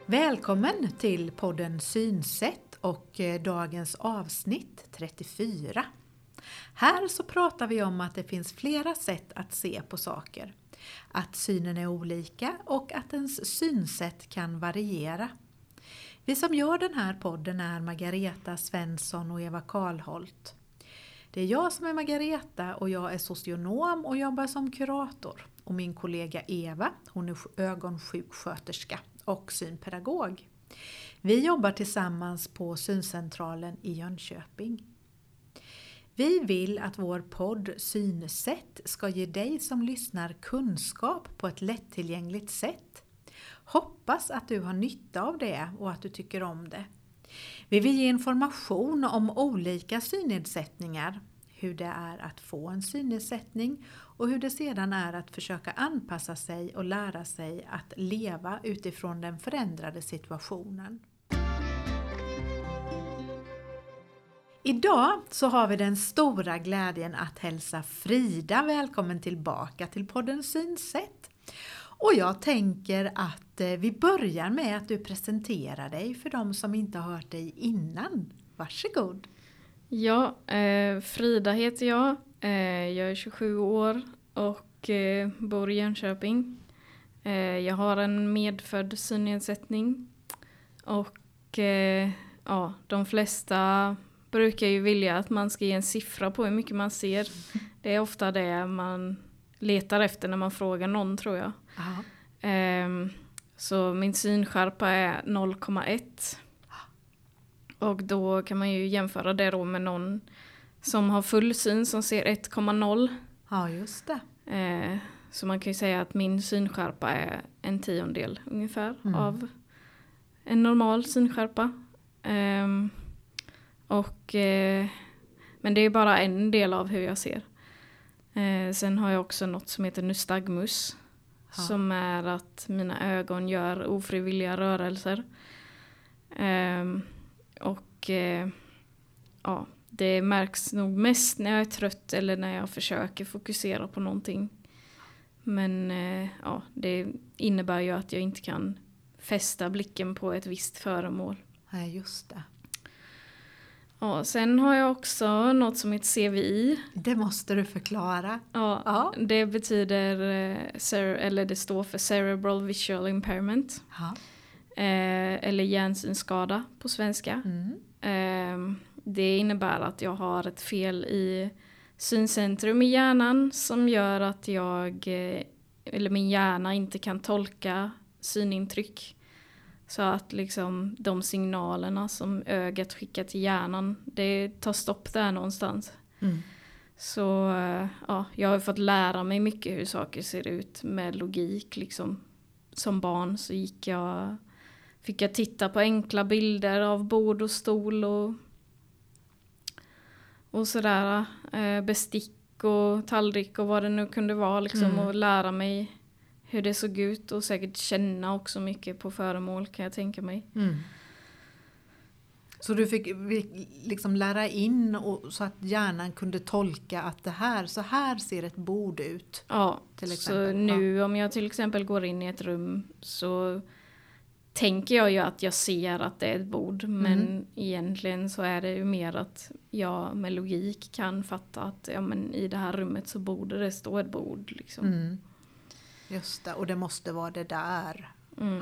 Välkommen till podden Synsätt och dagens avsnitt 34. Här så pratar vi om att det finns flera sätt att se på saker. Att synen är olika och att ens synsätt kan variera. Vi som gör den här podden är Margareta Svensson och Eva Karlholt. Det är jag som är Margareta och jag är socionom och jobbar som kurator. Och min kollega Eva, hon är ögonsjuksköterska och synpedagog. Vi jobbar tillsammans på Syncentralen i Jönköping. Vi vill att vår podd Synsätt ska ge dig som lyssnar kunskap på ett lättillgängligt sätt. Hoppas att du har nytta av det och att du tycker om det. Vi vill ge information om olika synnedsättningar, hur det är att få en synnedsättning och hur det sedan är att försöka anpassa sig och lära sig att leva utifrån den förändrade situationen. Idag så har vi den stora glädjen att hälsa Frida välkommen tillbaka till podden Synsätt. Och jag tänker att vi börjar med att du presenterar dig för de som inte har hört dig innan. Varsågod. Ja, Frida heter jag. Jag är 27 år och bor i Jönköping. Jag har en medfödd synnedsättning. Och de flesta brukar ju vilja att man ska ge en siffra på hur mycket man ser. Det är ofta det man letar efter när man frågar någon, tror jag. Så min synskärpa är 0,1. Och då kan man ju jämföra det då med någon som har full syn som ser 1,0. Ja, just det. Så man kan ju säga att min synskärpa är 1/10 ungefär av en normal synskärpa. Men det är bara en del av hur jag ser. Sen har jag också något som heter nystagmus. Ja. Som är att mina ögon gör ofrivilliga rörelser. Det märks nog mest när jag är trött eller när jag försöker fokusera på någonting. Men det innebär ju att jag inte kan fästa blicken på ett visst föremål. Nej, just det. Ja, sen har jag också något som heter CVI. Det måste du förklara. Ja. Det betyder, eller det står för Cerebral Visual Impairment. Ja. Eller hjärnsynskada på svenska. Det innebär att jag har ett fel i syncentrum i hjärnan som gör att min hjärna inte kan tolka synintryck. Så att liksom de signalerna som ögat skickar till hjärnan, det tar stopp där någonstans. Så jag har fått lära mig mycket hur saker ser ut med logik. Liksom. Som barn så fick jag titta på enkla bilder av bord och stol och sådär. Bestick och tallrik och vad det nu kunde vara. Liksom, och lära mig hur det såg ut och säkert känna också mycket på föremål, kan jag tänka mig. Så du fick liksom lära in så att hjärnan kunde tolka att så här ser ett bord ut. Ja, till exempel. Så nu om jag till exempel går in i ett rum så tänker jag ju att jag ser att det är ett bord. Men egentligen så är det ju mer att jag med logik kan fatta att i det här rummet så borde det stå ett bord. Liksom. Just det, och det måste vara det där.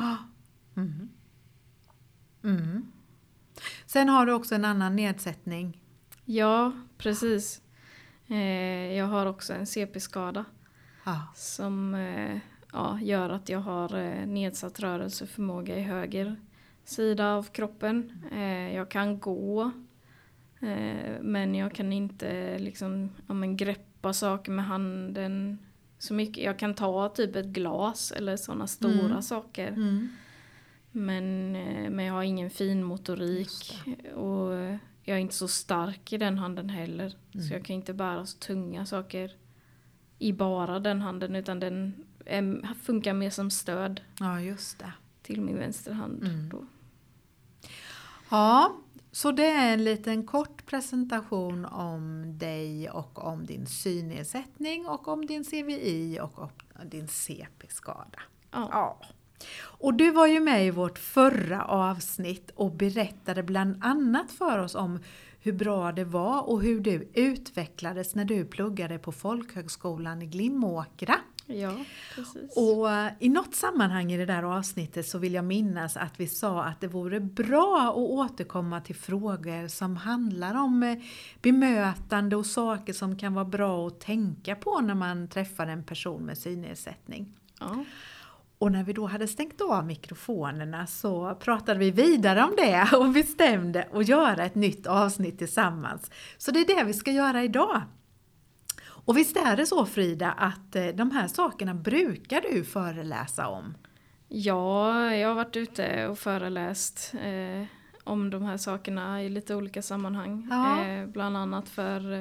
Sen har du också en annan nedsättning. Ja, precis. Jag har också en CP-skada. Som gör att jag har nedsatt rörelseförmåga i höger sida av kroppen. Jag kan gå. Men jag kan inte liksom, greppa saker med handen så mycket. Jag kan ta typ ett glas eller sådana stora saker. Men jag har ingen fin motorik. Och jag är inte så stark i den handen heller. Så jag kan inte bära så tunga saker i bara den handen. Utan den funkar mer som stöd. Ja, just det. Till min vänsterhand då. Ja, så det är en liten kort presentation om dig och om din synnedsättning och om din CVI och om din CP-skada. Ja. Och du var ju med i vårt förra avsnitt och berättade bland annat för oss om hur bra det var och hur du utvecklades när du pluggade på Folkhögskolan i Glimåkra. Ja, precis. Och i något sammanhang i det där avsnittet så vill jag minnas att vi sa att det vore bra att återkomma till frågor som handlar om bemötande och saker som kan vara bra att tänka på när man träffar en person med synnedsättning. Ja. Och när vi då hade stängt av mikrofonerna så pratade vi vidare om det och bestämde att göra ett nytt avsnitt tillsammans. Så det är det vi ska göra idag. Och visst är det så, Frida, att de här sakerna brukar du föreläsa om? Ja, jag har varit ute och föreläst om de här sakerna i lite olika sammanhang. Ja. Bland annat för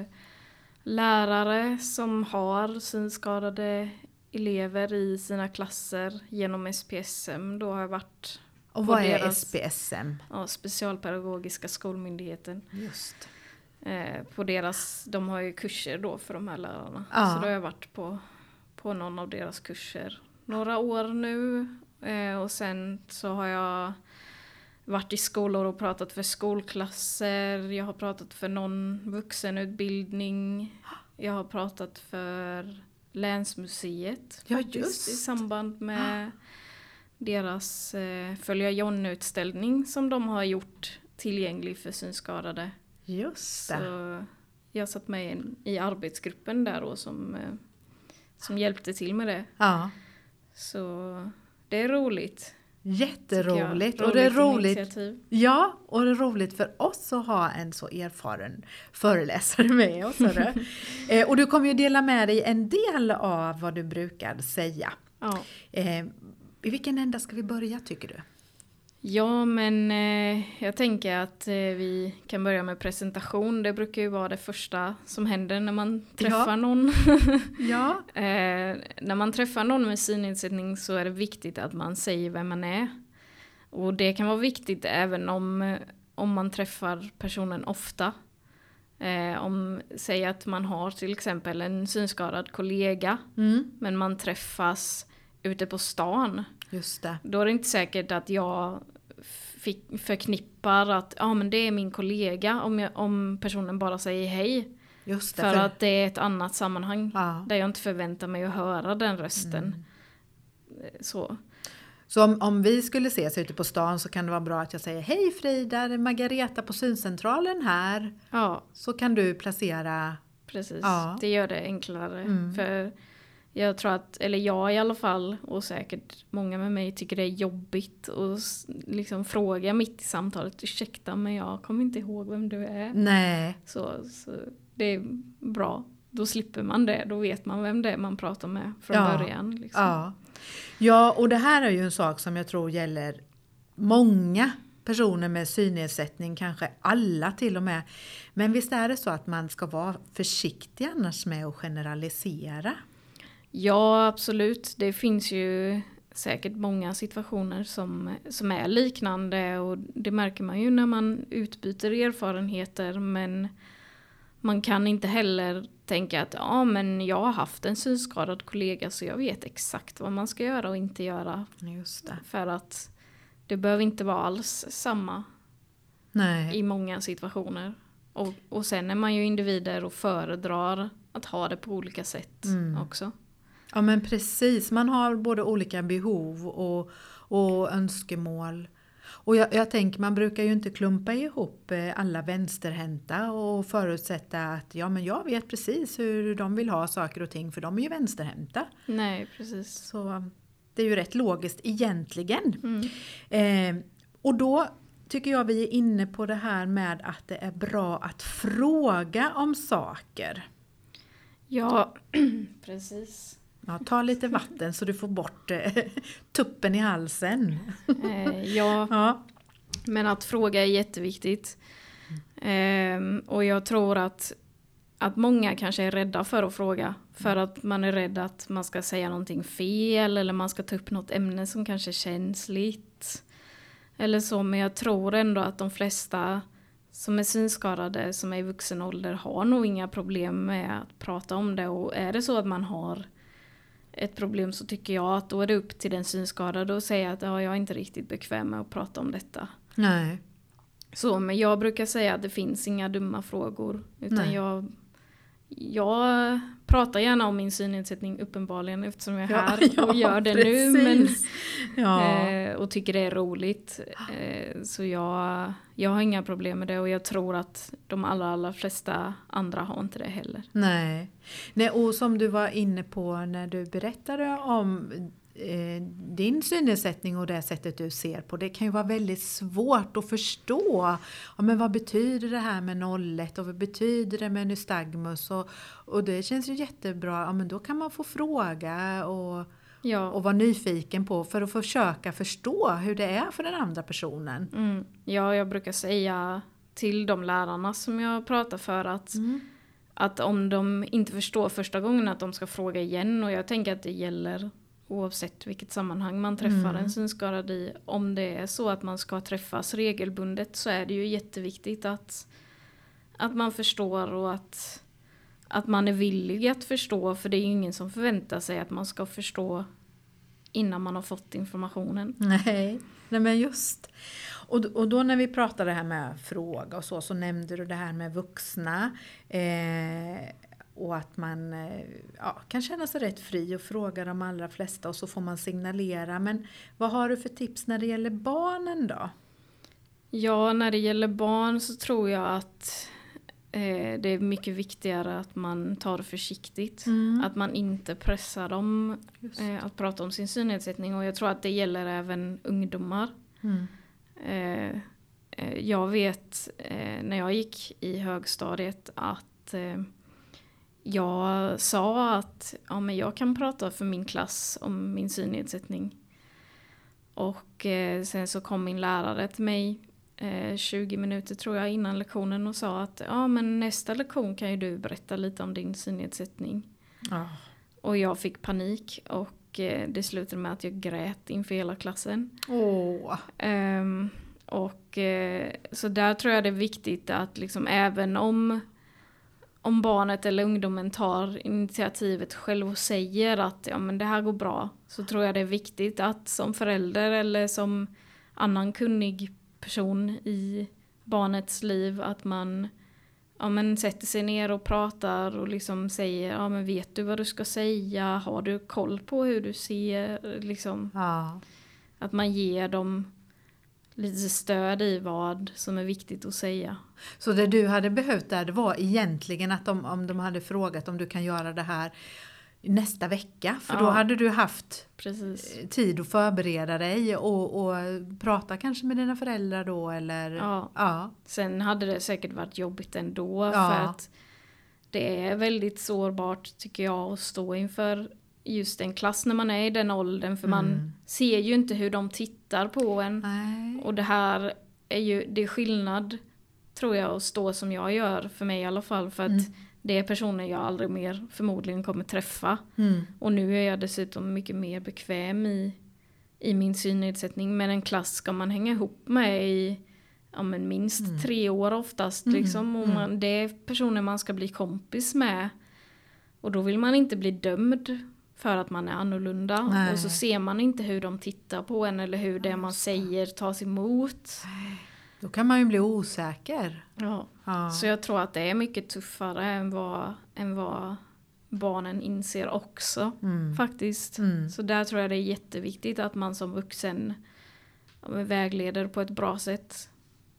lärare som har synskadade elever i sina klasser genom SPSM. Då har jag varit och vad är SPSM? Ja, Specialpedagogiska skolmyndigheten. Just. På deras, de har ju kurser då för de här lärarna. Ja. Så då har jag varit på någon av deras kurser några år nu. Och sen så har jag varit i skolor och pratat för skolklasser. Jag har pratat för någon vuxenutbildning. Jag har pratat för Länsmuseet. Ja, faktiskt, just. I samband med deras Följa John-utställning som de har gjort tillgänglig för synskadade. Just det. Så jag satt med i arbetsgruppen där då som hjälpte till med det. Ja. Så det är roligt. Jätteroligt. Och det är roligt. Initiativ. Ja, och det är roligt för oss att ha en så erfaren föreläsare med oss. Och du kommer ju dela med dig en del av vad du brukar säga. Ja. I vilken ända ska vi börja, tycker du? Ja, men jag tänker att vi kan börja med presentation. Det brukar ju vara det första som händer när man träffar någon. Ja. När man träffar någon med synnedsättning så är det viktigt att man säger vem man är. Och det kan vara viktigt även om man träffar personen ofta. Säg att man har till exempel en synskadad kollega, men man träffas ute på stan. Just det. Då är det inte säkert att jag förknippar att men det är min kollega om personen bara säger hej. Just det, för att det är ett annat sammanhang där jag inte förväntar mig att höra den rösten. Så om vi skulle ses ute på stan så kan det vara bra att jag säger hej Frida, det är Margareta på syncentralen här. Ja. Så kan du placera. Precis, Ja. det gör det enklare. För jag tror att, eller jag i alla fall, och säkert många med mig tycker det är jobbigt att liksom fråga mitt i samtalet, ursäkta men jag kommer inte ihåg vem du är. Nej. Så det är bra. Då slipper man det, då vet man vem det är man pratar med från början. Liksom. Ja, och det här är ju en sak som jag tror gäller många personer med synnedsättning, kanske alla till och med. Men visst är det så att man ska vara försiktig annars med att generalisera? Ja, absolut. Det finns ju säkert många situationer som är liknande och det märker man ju när man utbyter erfarenheter, men man kan inte heller tänka att men jag har haft en synskadad kollega så jag vet exakt vad man ska göra och inte göra. Just det. För att det behöver inte vara alls samma i många situationer. Och sen är man ju individer och föredrar att ha det på olika sätt också. Ja, men precis. Man har både olika behov och önskemål. Och jag tänker, man brukar ju inte klumpa ihop alla vänsterhänta och förutsätta att men jag vet precis hur de vill ha saker och ting, för de är ju vänsterhänta. Nej, precis. Så det är ju rätt logiskt egentligen. Och då tycker jag vi är inne på det här med att det är bra att fråga om saker. Ja, precis. Ja, ta lite vatten så du får bort tuppen i halsen. Ja, men att fråga är jätteviktigt. Och jag tror att många kanske är rädda för att fråga. För att man är rädd att man ska säga någonting fel eller man ska ta upp något ämne som kanske är känsligt. Eller så, men jag tror ändå att de flesta som är synskadade, som är i vuxen ålder, har nog inga problem med att prata om det. Och är det så att man har ett problem, så tycker jag att då är det upp till den synskadade att säga att jag är inte riktigt bekväm med att prata om detta. Nej. Så, men jag brukar säga att det finns inga dumma frågor. Utan jag pratar gärna om min synnedsättning uppenbarligen eftersom jag är här och gör det precis. nu. Och tycker det är roligt. Så jag har inga problem med det, och jag tror att de allra flesta andra har inte det heller. Nej, och som du var inne på när du berättade om din synnedsättning och det sättet du ser på, det kan ju vara väldigt svårt att förstå. Ja, men vad betyder det här med nollet och vad betyder det med nystagmus? Och det känns ju jättebra. Ja, men då kan man få fråga och vara nyfiken på för att försöka förstå hur det är för den andra personen. Ja, jag brukar säga till de lärarna som jag pratar för att om de inte förstår första gången att de ska fråga igen, och jag tänker att det gäller oavsett vilket sammanhang man träffar en synskadad i. Om det är så att man ska träffas regelbundet, så är det ju jätteviktigt att man förstår och att man är villig att förstå. För det är ju ingen som förväntar sig att man ska förstå innan man har fått informationen. Nej men just. Och då när vi pratade här med fråga och så nämnde du det här med vuxna. Och att man kan känna sig rätt fri och fråga de allra flesta, och så får man signalera. Men vad har du för tips när det gäller barnen då? Ja, när det gäller barn så tror jag att det är mycket viktigare att man tar det försiktigt. Att man inte pressar dem att prata om sin synnedsättning. Och jag tror att det gäller även ungdomar. Jag vet när jag gick i högstadiet att jag sa att men jag kan prata för min klass om min synnedsättning. Och sen så kom min lärare till mig 20 minuter tror jag innan lektionen och sa att men nästa lektion kan ju du berätta lite om din synnedsättning. Och jag fick panik, och det slutade med att jag grät inför hela klassen. Så där tror jag det är viktigt att liksom, även om barnet eller ungdomen tar initiativet själv och säger att men det här går bra, så tror jag det är viktigt att som förälder eller som annan kunnig person i barnets liv att man sätter sig ner och pratar och liksom säger men vet du vad du ska säga, har du koll på hur du ser liksom, att man ger dem lite stöd i vad som är viktigt att säga. Så det du hade behövt där, det var egentligen att om de hade frågat om du kan göra det här nästa vecka. För då hade du haft tid att förbereda dig och prata kanske med dina föräldrar då. Eller, Sen hade det säkert varit jobbigt ändå. För att det är väldigt sårbart tycker jag att stå inför just en klass när man är i den åldern. För man ser ju inte hur de tittar på en. Nej. Och det här det är skillnad tror jag att stå som jag gör, för mig i alla fall. För att det är personer jag aldrig mer förmodligen kommer träffa. Och nu är jag dessutom mycket mer bekväm i min synnedsättning. Men en klass ska man hänga ihop med i minst 3 år oftast. Liksom. Och det är personer man ska bli kompis med. Och då vill man inte bli dömd för att man är annorlunda. Nej. Och så ser man inte hur de tittar på en eller hur det man säger tas emot. Då kan man ju bli osäker. Ja. Så jag tror att det är mycket tuffare än vad barnen inser också. Faktiskt. Så där tror jag det är jätteviktigt att man som vuxen vägleder på ett bra sätt.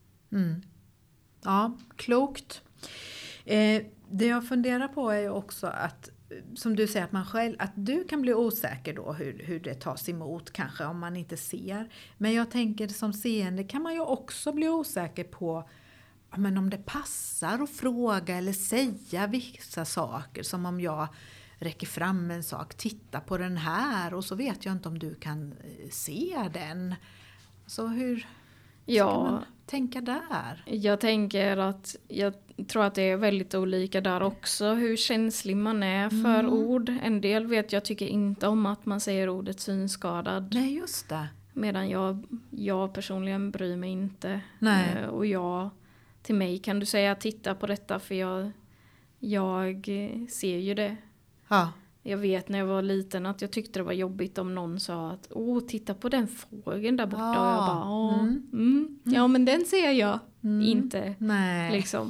Ja, klokt. Det jag funderar på är ju också att, som du säger, att man själv, att du kan bli osäker då hur det tas emot kanske om man inte ser. Men jag tänker som seende kan man ju också bli osäker på men om det passar att fråga eller säga vissa saker, som om jag räcker fram en sak, titta på den här och så vet jag inte om du kan se den. Så hur ska man tänka där? Jag tänker att jag tror att det är väldigt olika där också, hur känslig man är för ord. En del vet jag tycker inte om att man säger ordet synskadad. Nej, just det. Medan jag personligen bryr mig inte. Nej. Och till mig kan du säga titta på detta för jag ser ju det. Ja. Jag vet när jag var liten att jag tyckte det var jobbigt om någon sa att titta på den fågeln där borta. Och jag bara, ja men den ser jag inte. Nej. Liksom.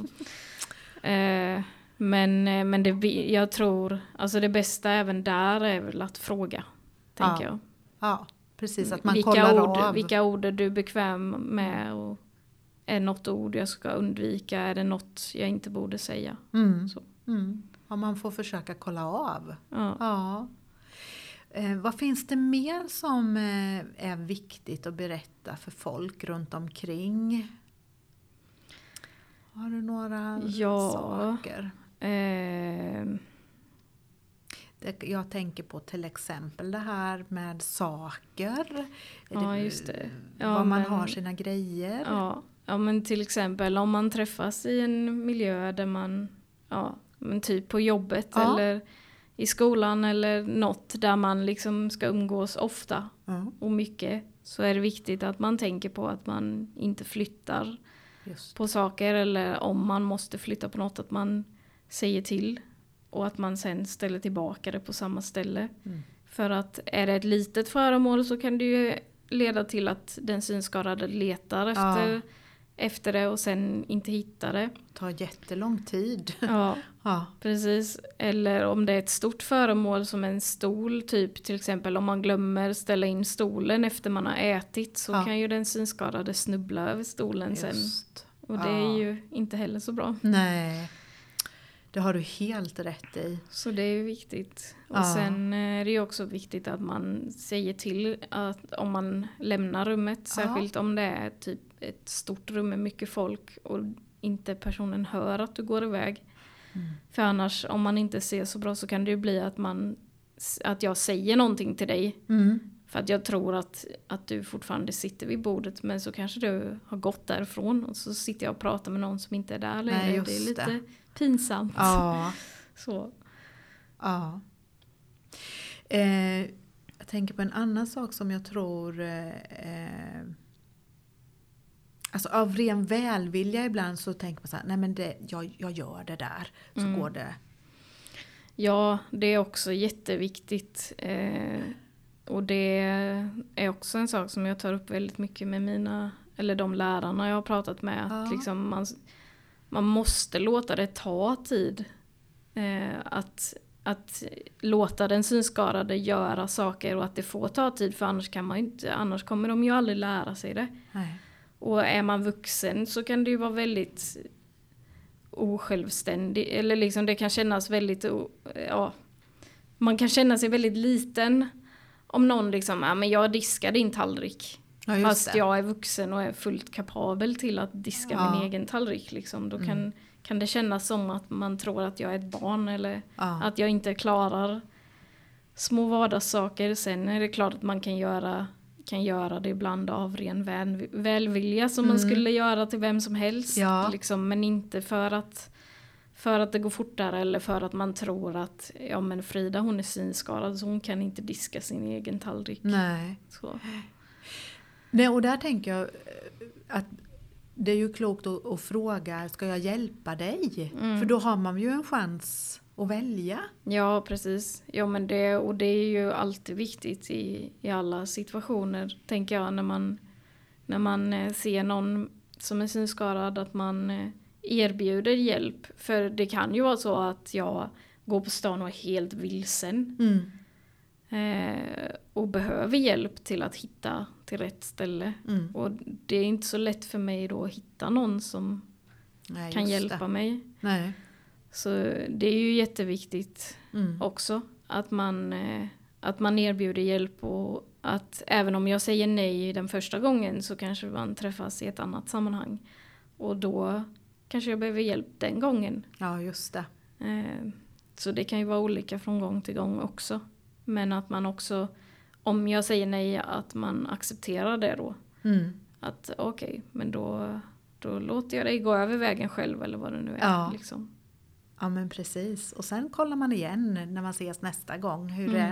Men jag tror, alltså det bästa även där är väl att fråga, tänker jag. Ja, precis. Att man kollar av. Vilka ord är du bekväm med? Och är något ord jag ska undvika? Är det något jag inte borde säga? Så. Ja, man får försöka kolla av. Ja. Vad finns det mer som är viktigt att berätta för folk runt omkring? Har du några saker? Jag tänker på till exempel det här med saker. Just det. Var man har sina grejer. Ja, men till exempel om man träffas i en miljö där man, men typ på jobbet eller i skolan eller något där man liksom ska umgås ofta och mycket, så är det viktigt att man tänker på att man inte flyttar på saker, eller om man måste flytta på något att man säger till och att man sen ställer tillbaka det på samma ställe. För att är det ett litet föremål så kan det ju leda till att den synskadade letar efter det och sen inte hittar det. Det tar jättelång tid. Ja, precis. Eller om det är ett stort föremål som en stol, typ till exempel om man glömmer ställa in stolen efter man har ätit, så kan ju den synskadade snubbla över stolen sen. Och det är ju inte heller så bra. Nej, det har du helt rätt i. Så det är ju viktigt. Och sen är det ju också viktigt att man säger till att om man lämnar rummet, särskilt om det är typ ett stort rum med mycket folk och inte personen hör att du går iväg. För annars, om man inte ser så bra, så kan det ju bli att jag säger någonting till dig. För att jag tror att du fortfarande sitter vid bordet, men så kanske du har gått därifrån och så sitter jag och pratar med någon som inte är där längre. Nej, det är lite pinsamt. Så. Ja. Jag tänker på en annan sak som jag tror alltså av ren välvilja ibland så tänker man så här, nej men jag gör det där, så går det. Ja, det är också jätteviktigt. Och det är också en sak som jag tar upp väldigt mycket med de lärarna jag har pratat med. Att liksom man måste låta det ta tid. Att låta den synskadade göra saker, och att det får ta tid, för annars kommer de ju aldrig lära sig det. Nej. Och är man vuxen så kan det ju vara väldigt osjälvständig, eller liksom det kan kännas väldigt man kan känna sig väldigt liten om någon liksom, men jag diskar din tallrik. Fast jag är vuxen och är fullt kapabel till att diska min egen tallrik liksom. Då kan det kännas som att man tror att jag är ett barn, eller att jag inte klarar små vardagssaker. Sen är det klart att man kan göra det ibland av ren välvilja som man skulle göra till vem som helst. Liksom, men inte för att det går fortare, eller för att man tror att men Frida, hon är synskadad så hon kan inte diska sin egen tallrik. Nej. Så. Nej, och där tänker jag att det är ju klokt att fråga, ska jag hjälpa dig? För då har man ju en chans att välja. Ja, precis. Ja, men det är ju alltid viktigt i alla situationer, tänker jag, när man ser någon som är synskadad, att man erbjuder hjälp. För det kan ju vara så att jag går på stan och är helt vilsen. Och behöver hjälp till att hitta till rätt ställe. Och det är inte så lätt för mig då att hitta någon som kan hjälpa mig. Nej. Så det är ju jätteviktigt också att man erbjuder hjälp, och att även om jag säger nej den första gången så kanske man träffas i ett annat sammanhang. Och då kanske jag behöver hjälp den gången. Ja, just det. Så det kan ju vara olika från gång till gång också. Men att man också, om jag säger nej, att man accepterar det då. Att okej, men då låter jag dig gå över vägen själv, eller vad det nu är. Ja. Liksom. Ja, men precis. Och sen kollar man igen när man ses nästa gång. Hur det,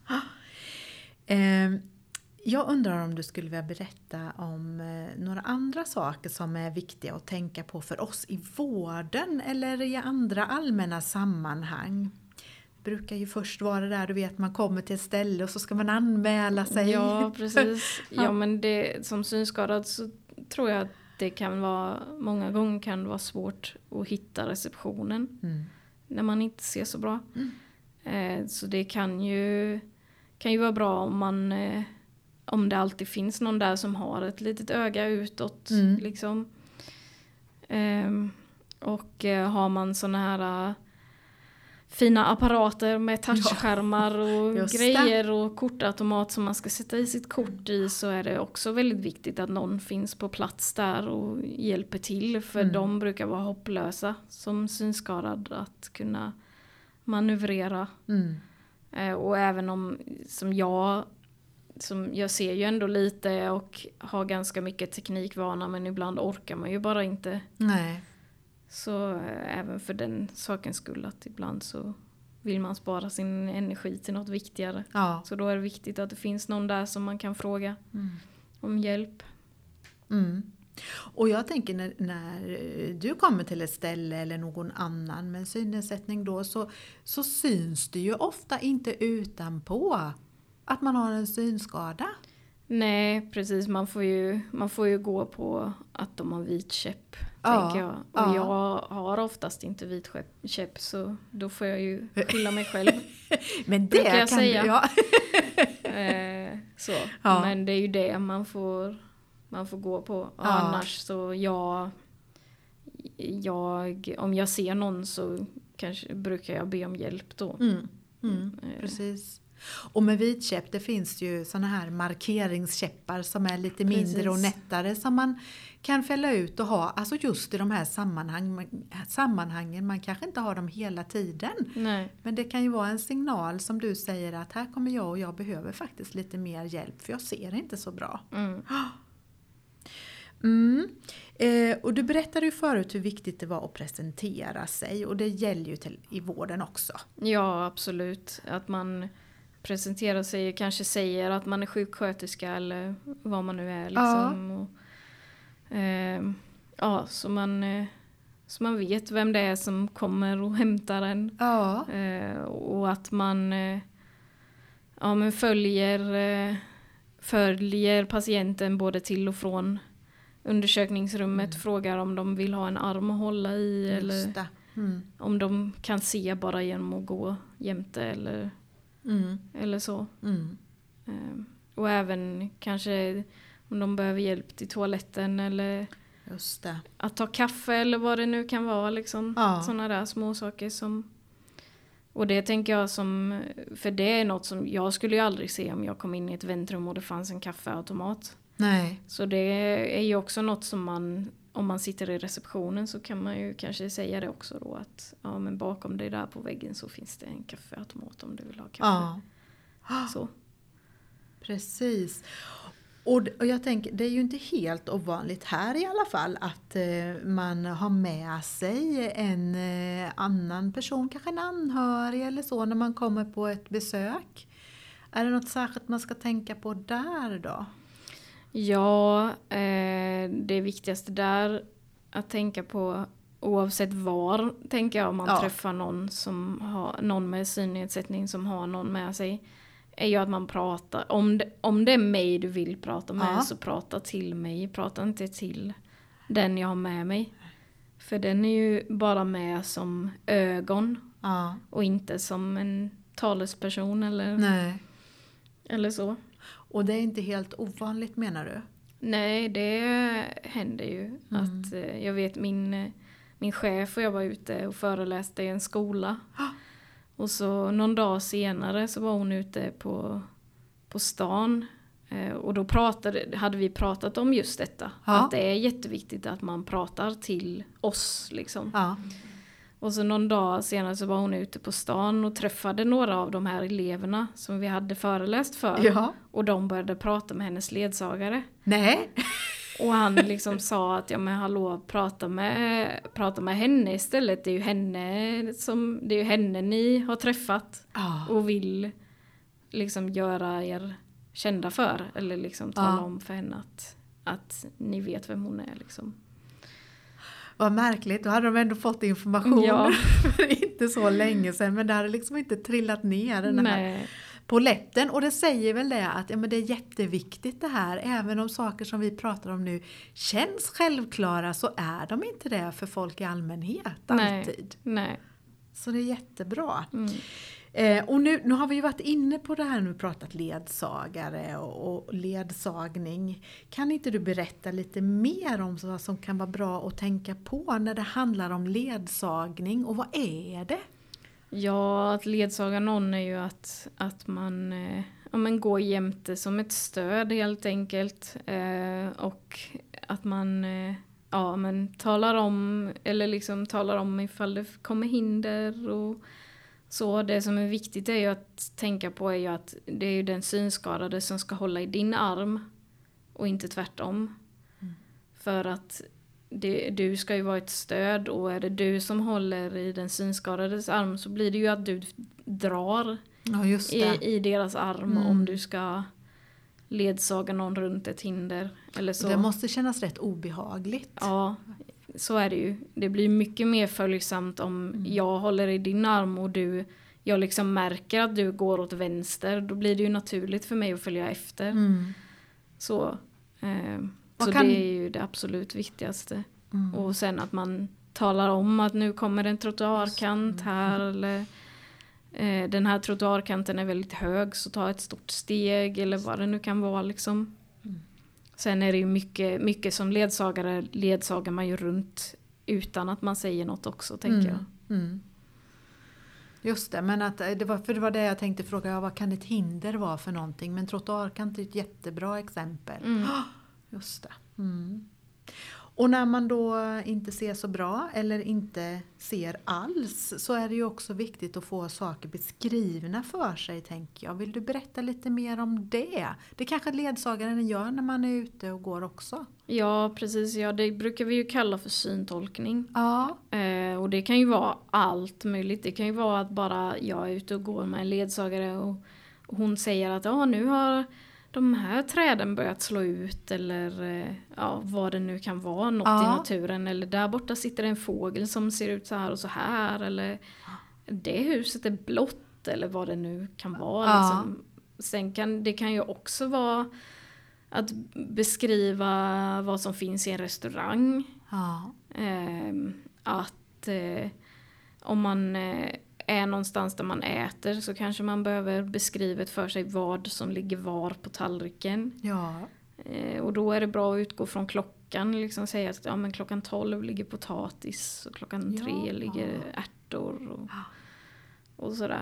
jag undrar om du skulle vilja berätta om några andra saker som är viktiga att tänka på för oss i vården eller i andra allmänna sammanhang. Det brukar ju först vara det där, du vet, man kommer till ett ställe och så ska man anmäla sig. Ja, precis. Ja, men det, som synskadad så tror jag att det kan vara, många gånger kan det vara svårt att hitta receptionen när man inte ser så bra. Så det kan ju vara bra om det alltid finns någon där som har ett litet öga utåt. Liksom. Och har man såna här fina apparater med touchskärmar och grejer och kortautomat som man ska sätta i sitt kort i, så är det också väldigt viktigt att någon finns på plats där och hjälper till. För de brukar vara hopplösa som synskadad att kunna manövrera. Och även om som jag ser ju ändå lite och har ganska mycket teknikvana, men ibland orkar man ju bara inte. Nej. Så även för den sakens skull att ibland så vill man spara sin energi till något viktigare. Ja. Så då är det viktigt att det finns någon där som man kan fråga om hjälp. Och jag tänker när du kommer till ett ställe eller någon annan med synnedsättning då, så syns det ju ofta inte utanpå att man har en synskada. Nej, precis. Man får ju gå på att de har vit käpp, tänker jag. Och jag har oftast inte vit käpp, så då får jag ju skylla mig själv. Men det kan jag säga. Så. Ja. Men det är ju det man får gå på. Och annars så om jag ser någon så brukar jag be om hjälp då. Precis. Och med vitkäpp, det finns ju såna här markeringskäppar som är lite mindre och nättare som man kan fälla ut och ha. Alltså just i de här sammanhangen. Man kanske inte har dem hela tiden. Nej. Men det kan ju vara en signal som du säger att här kommer jag och jag behöver faktiskt lite mer hjälp för jag ser inte så bra. Och du berättade ju förut hur viktigt det var att presentera sig, och det gäller ju i vården också. Ja, absolut. Att man presenterar sig, kanske säger att man är sjuksköterska eller vad man nu är. Liksom. Så man vet vem det är som kommer och hämtar en. Ja. Och att man följer patienten både till och från undersökningsrummet, frågar om de vill ha en arm att hålla i eller om de kan se bara genom att gå jämte eller så. Och även kanske om de behöver hjälp till toaletten eller att ta kaffe eller vad det nu kan vara. Liksom. Sådana där små saker som... Och det tänker jag för det är något som jag skulle ju aldrig se om jag kom in i ett väntrum och det fanns en kaffeautomat. Nej. Så det är ju också något som om man sitter i receptionen så kan man ju kanske säga det också då att men bakom dig där på väggen så finns det en kaffeautomat om du vill ha kaffe. Så. Precis. Och jag tänker, det är ju inte helt ovanligt här i alla fall att man har med sig en annan person, kanske en anhörig eller så, när man kommer på ett besök. Är det något särskilt man ska tänka på där då? Ja, det viktigaste där att tänka på oavsett var, tänker jag, om man träffar någon som har någon med synnedsättning som har någon med sig, är ju att man pratar. Om det är mig du vill prata med så prata till mig, prata inte till den jag har med mig. För den är ju bara med som ögon och inte som en talesperson eller så. Och det är inte helt ovanligt, menar du? Nej, det händer ju. Att jag vet min chef och jag var ute och föreläste i en skola. Och så någon dag senare så var hon ute på stan. Och då hade vi pratat om just detta. Att det är jätteviktigt att man pratar till oss. Liksom. Och så någon dag senare så var hon ute på stan och träffade några av de här eleverna som vi hade föreläst för. Och de började prata med hennes ledsagare. Nej. Och han liksom sa att hallå, prata med henne istället. Det är ju henne ni har träffat och vill liksom göra er kända för. Eller liksom tala om för henne att ni vet vem hon är liksom. Vad märkligt, då hade de ändå fått information för inte så länge sedan. Men det hade liksom inte trillat ner den här polletten. Och det säger väl det att men det är jätteviktigt det här. Även om saker som vi pratar om nu känns självklara, så är de inte det för folk i allmänhet alltid. Nej. Så det är jättebra. Och nu har vi ju varit inne på det här, nu pratat ledsagare och ledsagning. Kan inte du berätta lite mer om vad som kan vara bra att tänka på när det handlar om ledsagning, och vad är det? Ja, att ledsaga någon är ju att man går jämte som ett stöd helt enkelt. Och att man talar om ifall det kommer hinder och så. Det som är viktigt är ju att tänka på är ju att det är ju den synskadade som ska hålla i din arm och inte tvärtom. För att du ska ju vara ett stöd, och är det du som håller i den synskadades arm så blir det ju att du drar i deras arm om du ska ledsaga någon runt ett hinder eller så. Det måste kännas rätt obehagligt. Ja, så är det ju. Det blir mycket mer följsamt om jag håller i din arm och jag liksom märker att du går åt vänster. Då blir det ju naturligt för mig att följa efter. Så det är ju det absolut viktigaste. Och sen att man talar om att nu kommer en trottoarkant här, eller den här trottoarkanten är väldigt hög, så ta ett stort steg, eller vad det nu kan vara liksom. Sen är det ju mycket som ledsagar man ju runt utan att man säger något också, tänker jag. Just det, men att det var det jag tänkte fråga, vad kan ett hinder vara för någonting? Men trottoarkant är ett jättebra exempel. Just det. Och när man då inte ser så bra eller inte ser alls, så är det ju också viktigt att få saker beskrivna för sig, tänker jag. Vill du berätta lite mer om det? Det kanske ledsagaren gör när man är ute och går också. Ja, precis. Ja, det brukar vi ju kalla för syntolkning. Ja. Och det kan ju vara allt möjligt. Det kan ju vara att bara jag är ute och går med en ledsagare och hon säger att nu har de här träden börjat slå ut, eller vad det nu kan vara, något i naturen, eller där borta sitter en fågel som ser ut så här och så här, eller det huset är blått, eller vad det nu kan vara. Liksom. Sen det kan ju också vara att beskriva vad som finns i en restaurang. Om man är någonstans där man äter, så kanske man behöver beskrivet för sig vad som ligger var på tallriken. Och då är det bra att utgå från klockan, liksom säga att men klockan 12 ligger potatis och klockan 3 ligger ärtor och sådär.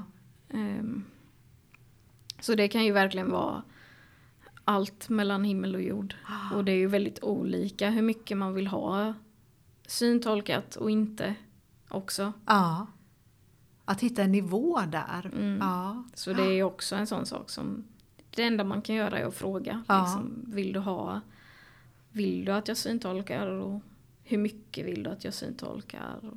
Så det kan ju verkligen vara allt mellan himmel och jord. Och det är ju väldigt olika hur mycket man vill ha syntolkat och inte också. Att hitta en nivå där. Så det är ju också en sån sak som det enda man kan göra är att fråga. Liksom, vill du att jag syntolkar, och hur mycket vill du att jag syntolkar?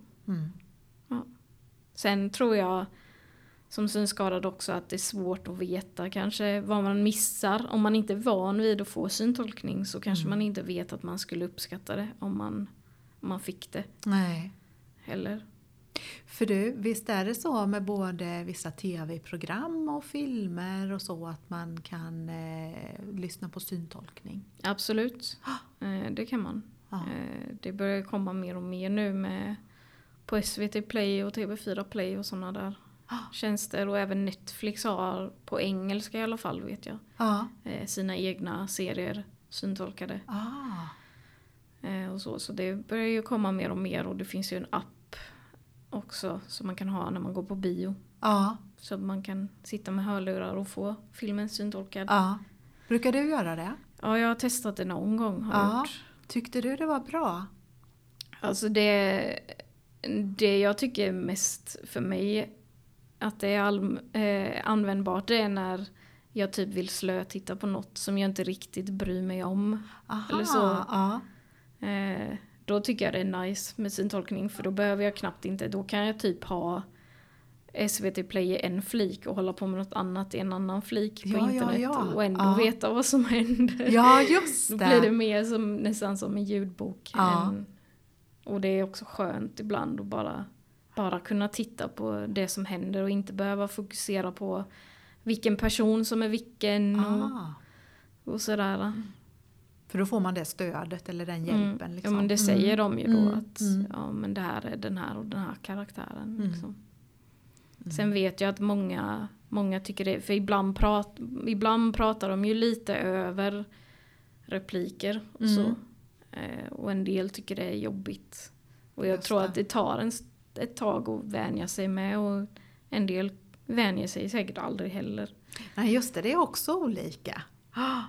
Sen tror jag som synskadad också att det är svårt att veta kanske vad man missar. Om man inte är van vid att få syntolkning, så kanske man inte vet att man skulle uppskatta det om man fick det. Nej. Heller. För visst är det så med både vissa tv-program och filmer och så, att man kan lyssna på syntolkning? Absolut, det kan man. Det börjar komma mer och mer nu på SVT Play och TV4 Play och sådana där tjänster. Och även Netflix har, på engelska i alla fall vet jag, sina egna serier syntolkade. Och så det börjar ju komma mer och mer, och det finns ju en app också som man kan ha när man går på bio. Så man kan sitta med hörlurar och få filmen syntolkad. Brukar du göra det? Ja, jag har testat det någon gång. Tyckte du det var bra? Alltså det jag tycker mest för mig att det är användbart, det är när jag typ vill titta på något som jag inte riktigt bryr mig om. Eller så. Då tycker jag det är nice med syntolkning, för då behöver jag knappt inte, då kan jag typ ha SVT Play i en flik och hålla på med något annat i en annan flik på internet och ändå veta vad som händer. Ja, just det. Då blir det mer nästan som en ljudbok Och det är också skönt ibland att bara kunna titta på det som händer och inte behöva fokusera på vilken person som är vilken och sådär. För då får man det stödet eller den hjälpen. Liksom. Ja, men det säger de ju då att ja, men det här är den här och den här karaktären. Liksom. Sen vet jag att många tycker det, för ibland pratar de ju lite över repliker och så. Och en del tycker det är jobbigt. Och jag tror att det tar ett tag att vänja sig med, och en del vänjer sig säkert aldrig heller. Nej, just det är också olika. Ja.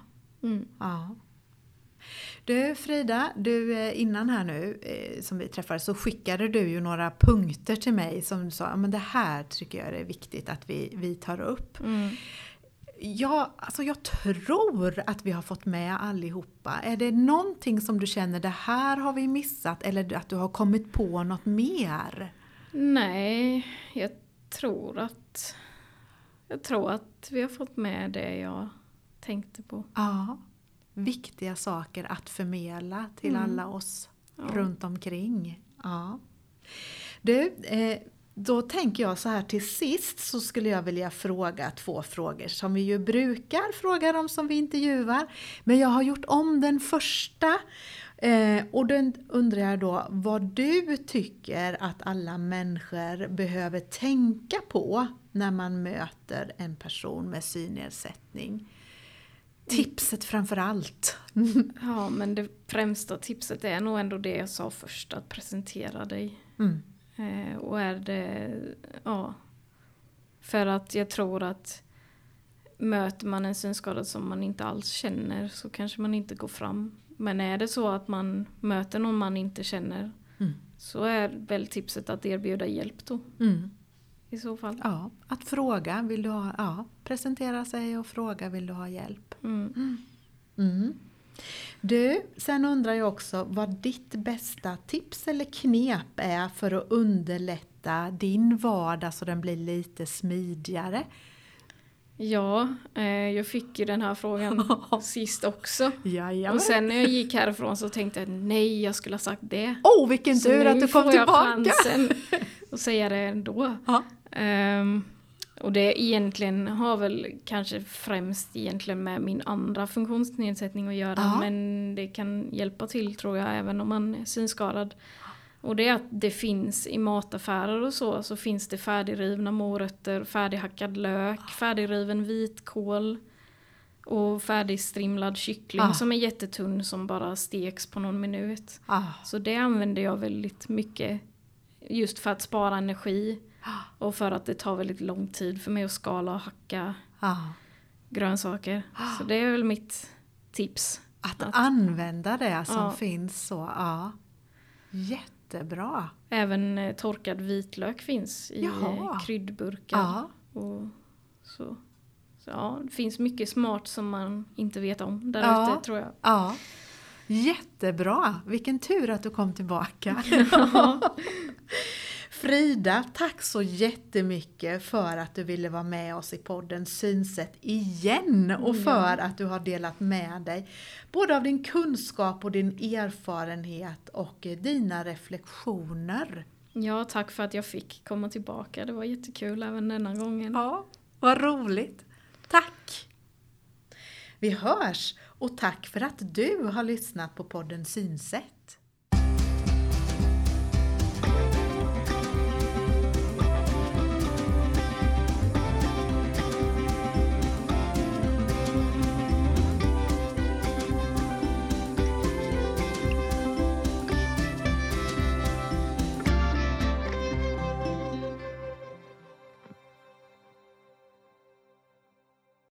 Du Frida, innan här nu som vi träffades så skickade du ju några punkter till mig som du sa, men det här tycker jag är viktigt att vi tar upp. Ja, alltså jag tror att vi har fått med allihopa. Är det någonting som du känner, det här har vi missat, eller att du har kommit på något mer? Nej, jag tror att vi har fått med det jag tänkte på. Ja, viktiga saker att förmedla till alla oss runt omkring. Ja. Du, då tänker jag så här till sist, så skulle jag vilja fråga 2 frågor som vi ju brukar fråga dem som vi intervjuar. Men jag har gjort om den första. Och då undrar jag då vad du tycker att alla människor behöver tänka på när man möter en person med synnedsättning. Tipset framför allt. Ja, men det främsta tipset är nog ändå det jag sa först, att presentera dig. Och är det, för att jag tror att möter man en synskadad som man inte alls känner så kanske man inte går fram. Men är det så att man möter någon man inte känner så är väl tipset att erbjuda hjälp då. I så fall. Ja, att fråga, vill du ha, presentera sig och fråga, vill du ha hjälp? Du, sen undrar jag också vad ditt bästa tips eller knep är för att underlätta din vardag så den blir lite smidigare. Ja, jag fick ju den här frågan sist också. Jajamän. Och sen när jag gick härifrån så tänkte jag nej, jag skulle ha sagt det. Vilken tur att du kom tillbaka. Nu får jag chansen att säga det ändå. Och det egentligen har väl kanske främst egentligen med min andra funktionsnedsättning att göra. Men det kan hjälpa till tror jag även om man är synskadad. Och det är att det finns i mataffärer och så finns det färdigrivna morötter, färdighackad lök, färdigriven vitkål och färdigstrimlad kyckling som är jättetunn som bara steks på någon minut. Så det använder jag väldigt mycket just för att spara energi och för att det tar väldigt lång tid för mig att skala och hacka grönsaker. Så det är väl mitt tips. Att använda det som finns så, jättebra. Även torkad vitlök finns i kryddburkar. Och så det finns mycket smart som man inte vet om där ute tror jag. Ja, jättebra. Vilken tur att du kom tillbaka. Frida, tack så jättemycket för att du ville vara med oss i podden Synsätt igen och för att du har delat med dig både av din kunskap och din erfarenhet och dina reflektioner. Ja, tack för att jag fick komma tillbaka. Det var jättekul även denna gången. Ja, vad roligt. Tack! Vi hörs och tack för att du har lyssnat på podden Synsätt.